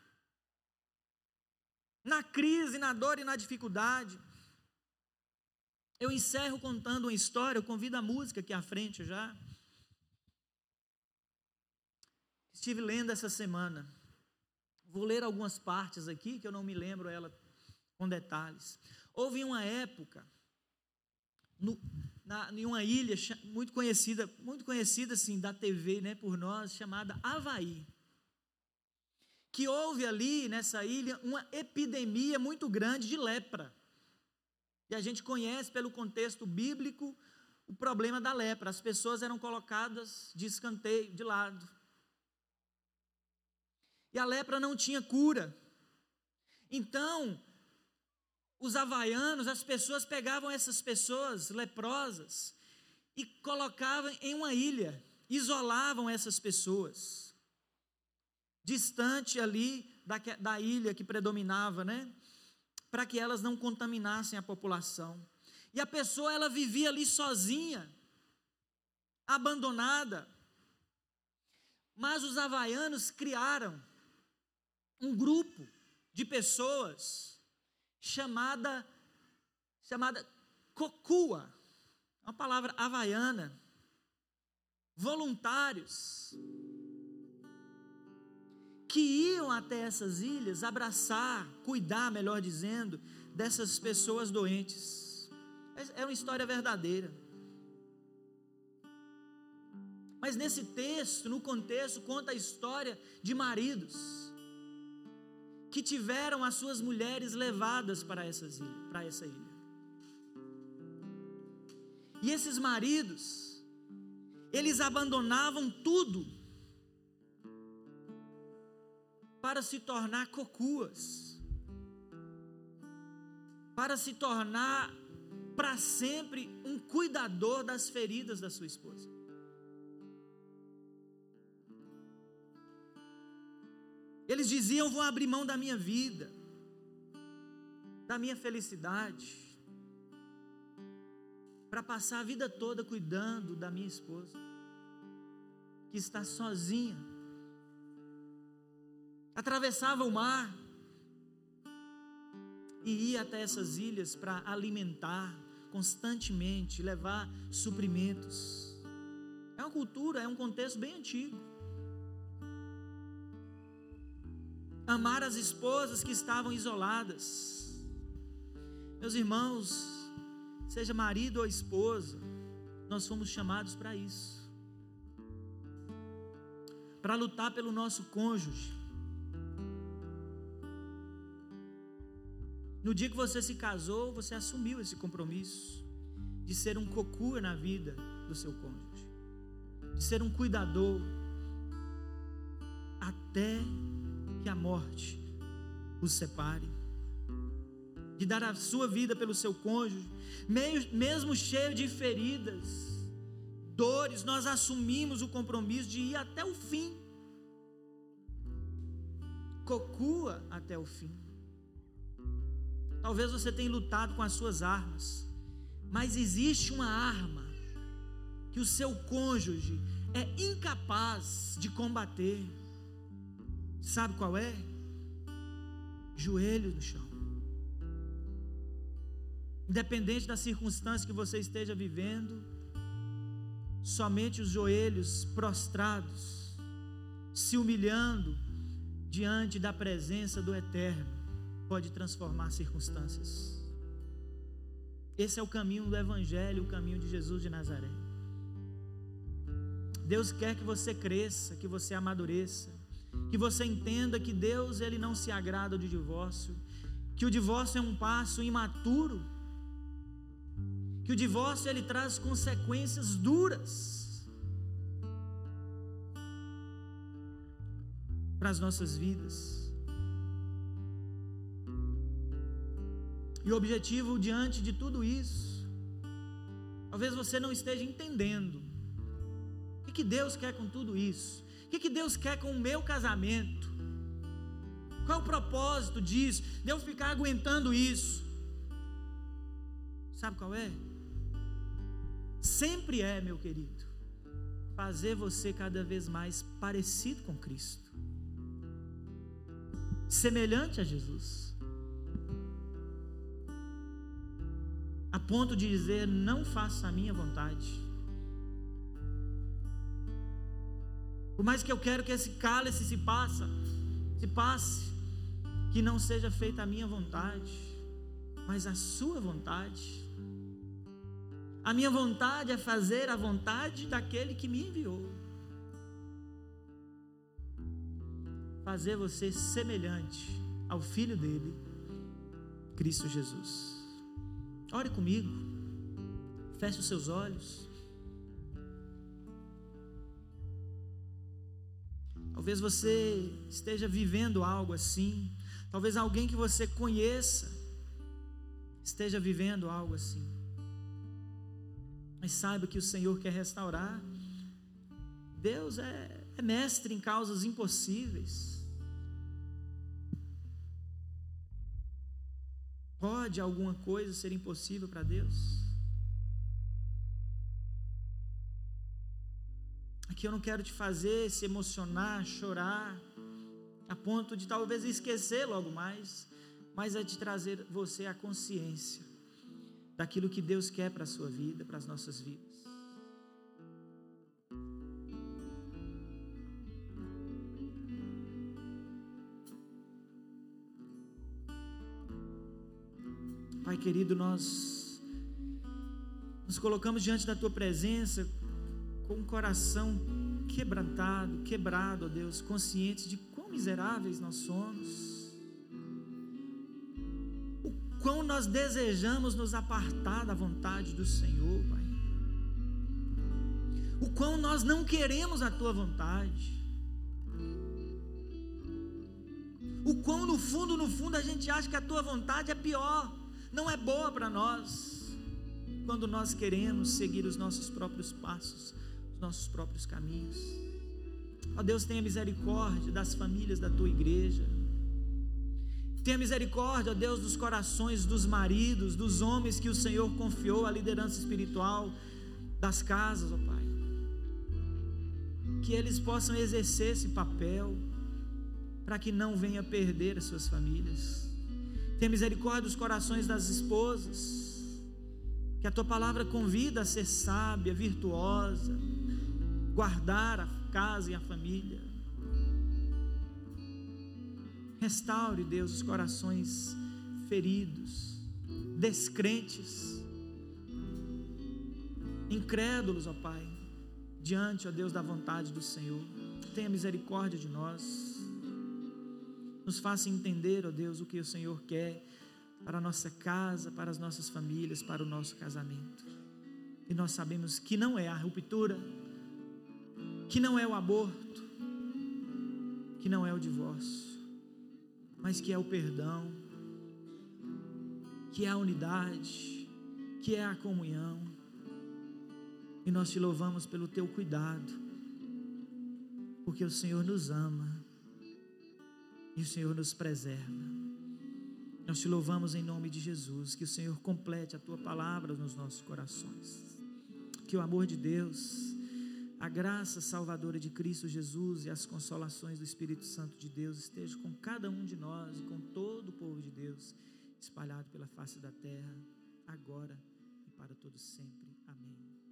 A: Na crise, na dor e na dificuldade. Eu encerro contando uma história, eu convido a música aqui à frente já. Estive lendo essa semana. Vou ler algumas partes aqui, que eu não me lembro ela com detalhes. Houve uma época, em uma ilha muito conhecida assim, da TV, né, por nós, chamada Havaí, que houve ali nessa ilha uma epidemia muito grande de lepra, e a gente conhece pelo contexto bíblico o problema da lepra. As pessoas eram colocadas de escanteio, de lado, e a lepra não tinha cura. Então os havaianos, as pessoas pegavam essas pessoas leprosas e colocavam em uma ilha, isolavam essas pessoas, distante ali da ilha que predominava, né? Para que elas não contaminassem a população. E a pessoa, ela vivia ali sozinha, abandonada. Mas os havaianos criaram um grupo de pessoas chamada Kokua, uma palavra havaiana, voluntários, que iam até essas ilhas abraçar, cuidar, melhor dizendo, dessas pessoas doentes. É uma história verdadeira. Mas nesse texto, no contexto, conta a história de maridos que tiveram as suas mulheres levadas para essa ilha. E esses maridos, eles abandonavam tudo para se tornar cocuas, para se tornar para sempre um cuidador das feridas da sua esposa. Eles diziam: vou abrir mão da minha vida, da minha felicidade, para passar a vida toda cuidando da minha esposa, que está sozinha. Atravessava o mar e ia até essas ilhas para alimentar constantemente, levar suprimentos. É uma cultura, é um contexto bem antigo. Amar as esposas que estavam isoladas. Meus irmãos, seja marido ou esposa, nós fomos chamados para isso, para lutar pelo nosso cônjuge. No dia que você se casou, você assumiu esse compromisso de ser um cocua na vida do seu cônjuge, de ser um cuidador até que a morte os separe, de dar a sua vida pelo seu cônjuge, mesmo cheio de feridas, dores. Nós assumimos o compromisso de ir até o fim, cocua até o fim. Talvez você tenha lutado com as suas armas, mas existe uma arma que o seu cônjuge é incapaz de combater. Sabe qual é? joelhos no chão. Independente da circunstância que você esteja vivendo, somente os joelhos prostrados, se humilhando diante da presença do Eterno, pode transformar circunstâncias. Esse é o caminho do Evangelho, o caminho de Jesus de Nazaré. Deus quer que você cresça, que você amadureça, que você entenda que Deus, Ele não se agrada do divórcio, que o divórcio é um passo imaturo, que o divórcio ele traz consequências duras para as nossas vidas. E o objetivo diante de tudo isso, talvez você não esteja entendendo o que Deus quer com tudo isso, o que Deus quer com o meu casamento, qual é o propósito disso, de eu ficar aguentando isso. Sabe qual é? Sempre é, meu querido, fazer você cada vez mais parecido com Cristo, semelhante a Jesus, a ponto de dizer: não faça a minha vontade. Por mais que eu quero que esse cálice se passe, que não seja feita a minha vontade, mas a sua vontade. A minha vontade é fazer a vontade daquele que me enviou. Fazer você semelhante ao Filho dele, Cristo Jesus. Ore comigo. Feche os seus olhos. Talvez você esteja vivendo algo assim. Talvez alguém que você conheça esteja vivendo algo assim. Mas saiba que o Senhor quer restaurar. Deus é mestre em causas impossíveis. Pode alguma coisa ser impossível para Deus? Aqui eu não quero te fazer se emocionar, chorar, a ponto de talvez esquecer logo mais, mas é de trazer você à consciência daquilo que Deus quer para a sua vida, para as nossas vidas. Pai querido, nós nos colocamos diante da Tua presença com um coração quebrado, ó Deus, conscientes de quão miseráveis nós somos, quão nós desejamos nos apartar da vontade do Senhor, Pai, o quão nós não queremos a Tua vontade, o quão no fundo a gente acha que a Tua vontade é pior, não é boa para nós, quando nós queremos seguir os nossos próprios passos, os nossos próprios caminhos. Ó Deus, tenha misericórdia das famílias da Tua igreja, tenha misericórdia, ó Deus, dos corações dos maridos, dos homens que o Senhor confiou à liderança espiritual das casas, ó Pai, que eles possam exercer esse papel, para que não venha perder as suas famílias. Tenha misericórdia dos corações das esposas, que a Tua palavra convida a ser sábia, virtuosa, guardar a casa e a família. Restaure, Deus, os corações feridos, descrentes, incrédulos, ó Pai, diante, ó Deus, da vontade do Senhor. Tenha misericórdia de nós. Nos faça entender, ó Deus, o que o Senhor quer para a nossa casa, para as nossas famílias, para o nosso casamento. E nós sabemos que não é a ruptura, que não é o aborto, que não é o divórcio, mas que é o perdão, que é a unidade, que é a comunhão. E nós te louvamos pelo Teu cuidado, porque o Senhor nos ama e o Senhor nos preserva. Nós te louvamos em nome de Jesus, que o Senhor complete a Tua palavra nos nossos corações, que o amor de Deus, A graça salvadora de Cristo Jesus e as consolações do Espírito Santo de Deus estejam com cada um de nós e com todo o povo de Deus espalhado pela face da terra, agora e para todo sempre. Amém.